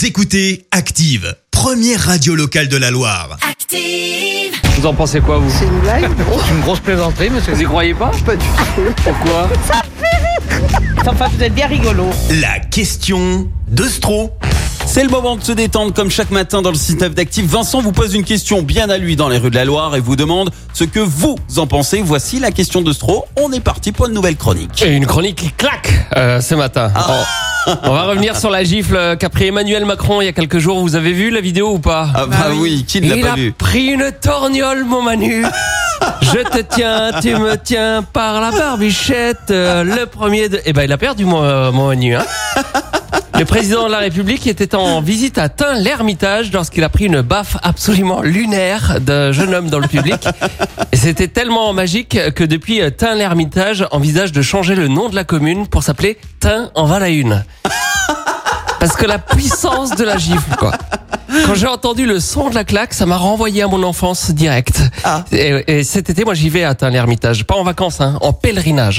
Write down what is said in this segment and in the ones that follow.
Vous écoutez Active, première radio locale de la Loire. Active! Vous en pensez quoi, vous? C'est une blague? C'est une grosse plaisanterie, monsieur. Vous y croyez pas? Pas du tout. Pourquoi? Enfin, vous êtes bien rigolo. La question de Stro. C'est le moment de se détendre comme chaque matin dans le site d'Active. Vincent vous pose une question bien à lui dans les rues de la Loire et vous demande ce que vous en pensez. Voici la question de Stro. On est parti pour une nouvelle chronique. Et une chronique qui claque ce matin. On va revenir sur la gifle qu'a pris Emmanuel Macron il y a quelques jours. Vous avez vu la vidéo ou pas? Ah bah oui, qui ne l'a pas vu? Il a pris une torgnole, mon Manu. Je te tiens, tu me tiens par la barbichette. Le premier de... Eh ben, il a perdu mon Manu, hein. Le président de la République était en visite à Tain-l'Hermitage lorsqu'il a pris une baffe absolument lunaire d'un jeune homme dans le public. Et c'était tellement magique que depuis Tain-l'Hermitage envisage de changer le nom de la commune pour s'appeler Tain-en-Val-la-Une. Parce que la puissance de la gifle, quoi. Quand j'ai entendu le son de la claque, ça m'a renvoyé à mon enfance direct. Ah. Et cet été, moi, j'y vais à Tain-l'Hermitage. Pas en vacances, hein, en pèlerinage.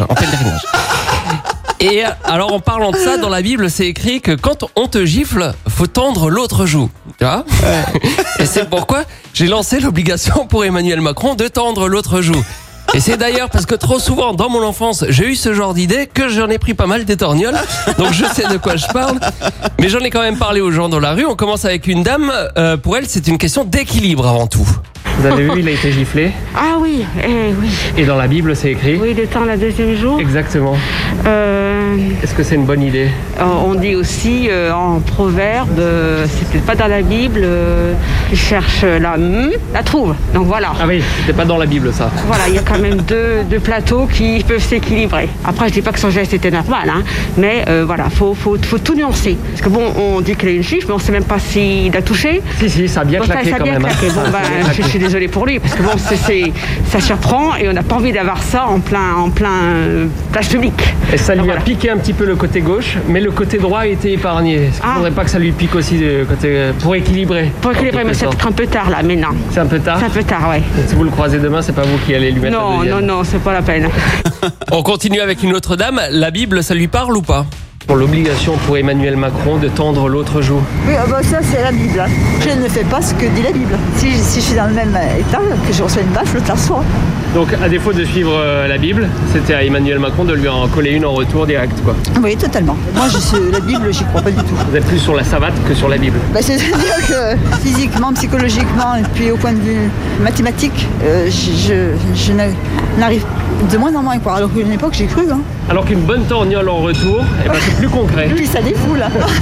Et alors, en parlant de ça, dans la Bible, c'est écrit que quand on te gifle, faut tendre l'autre joue. Tu vois? Et c'est pourquoi j'ai lancé l'obligation pour Emmanuel Macron de tendre l'autre joue. Et c'est d'ailleurs parce que trop souvent, dans mon enfance, j'ai eu ce genre d'idée que j'en ai pris pas mal des torgnoles. Donc je sais de quoi je parle. Mais j'en ai quand même parlé aux gens dans la rue. On commence avec une dame. Pour elle, c'est une question d'équilibre avant tout. Vous avez vu, il a été giflé. Ah oui, oui. Et dans la Bible, c'est écrit. Oui, le temps, la deuxième jour. Exactement. Est-ce que c'est une bonne idée? On dit aussi en proverbe, c'était pas dans la Bible, il cherche la trouve. Donc voilà. Ah oui, c'était pas dans la Bible, ça. Voilà, il y a quand même deux plateaux qui peuvent s'équilibrer. Après, je dis pas que son geste était normal, hein, mais voilà, faut tout nuancer. Parce que bon, on dit qu'elle a une gifle, mais on sait même pas s'il a touché. Si, ça a bien claqué ça a quand bien même. claqué. Bon, je suis désolée pour lui, parce que bon, ça surprend et on n'a pas envie d'avoir ça en plein place publique. Et ça lui voilà. a piqué un petit peu le côté gauche, mais le côté droit a été épargné. Est-ce qu'il ne faudrait pas que ça lui pique aussi le côté pour équilibrer? Pour équilibrer, mais c'est peut-être un peu tard là, maintenant. C'est un peu tard? C'est un peu tard, ouais. Si vous le croisez demain, c'est pas vous qui allez lui mettre la deuxième? Non, c'est pas la peine. On continue avec une autre dame. La Bible, ça lui parle ou pas? Pour l'obligation pour Emmanuel Macron de tendre l'autre joue. Oui, ça c'est la Bible. Je ne fais pas ce que dit la Bible. Si je suis dans le même état, que je reçois une baffe, je la reçois. Donc, à défaut de suivre la Bible, c'était à Emmanuel Macron de lui en coller une en retour direct, quoi. Oui, totalement. Moi, la Bible, j'y crois pas du tout. Vous êtes plus sur la savate que sur la Bible? C'est-à-dire que physiquement, psychologiquement, et puis au point de vue mathématique, je n'arrive de moins en moins à croire. Alors qu'à une époque, j'ai cru. Hein. Alors qu'une bonne torgnole en retour, c'est plus concret. Puis ça défoule.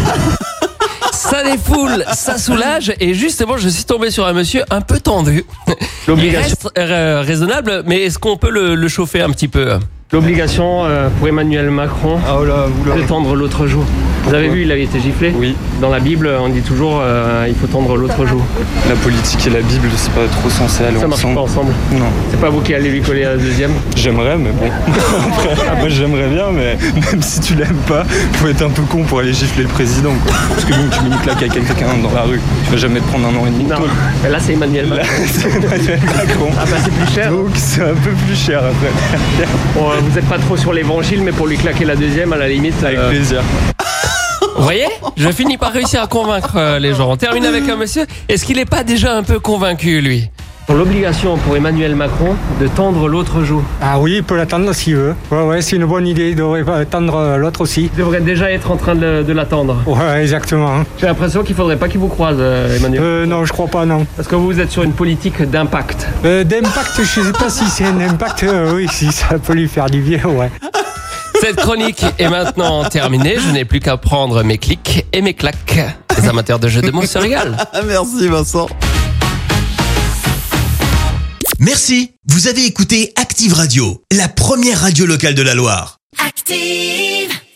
Ça défoule, ça soulage. Et justement, je suis tombé sur un monsieur un peu tendu. L'obligation il reste raisonnable, mais est-ce qu'on peut le chauffer un petit peu? L'obligation pour Emmanuel Macron de tendre l'autre joue. Vous avez vu, il avait été giflé? Oui. Dans la Bible, on dit toujours il faut tendre l'autre joue. La politique et la Bible, c'est pas trop censé aller ensemble. Ça marche pas ensemble? Non. C'est pas vous qui allez lui coller la deuxième? J'aimerais, mais bon. Après, j'aimerais bien, mais même si tu l'aimes pas, faut être un peu con pour aller gifler le président, quoi. Parce que bon, tu mets une claque à quelqu'un dans la rue, tu vas jamais te prendre 1 an et demi de tôle. Mais là, c'est Emmanuel Macron. C'est Emmanuel Macron. Ah bah c'est plus cher. Donc c'est un peu plus cher après. Bon, vous êtes pas trop sur l'évangile, mais pour lui claquer la deuxième, à la limite. Avec plaisir. Vous voyez, je finis par réussir à convaincre les gens. On termine avec un monsieur. Est-ce qu'il n'est pas déjà un peu convaincu, lui? Pour l'obligation pour Emmanuel Macron de tendre l'autre joue. Ah oui, il peut l'attendre s'il veut. Ouais, c'est une bonne idée. Il devrait tendre l'autre aussi. Il devrait déjà être en train de l'attendre. Ouais, exactement. J'ai l'impression qu'il faudrait pas qu'il vous croise, Emmanuel. Non, je crois pas, non. Parce que vous êtes sur une politique d'impact. D'impact, je sais pas si c'est un impact. Oui, si ça peut lui faire du bien, ouais. Cette chronique est maintenant terminée. Je n'ai plus qu'à prendre mes clics et mes claques. Les amateurs de jeux de mots se régalent. Merci Vincent. Merci. Vous avez écouté Active Radio, la première radio locale de la Loire. Active!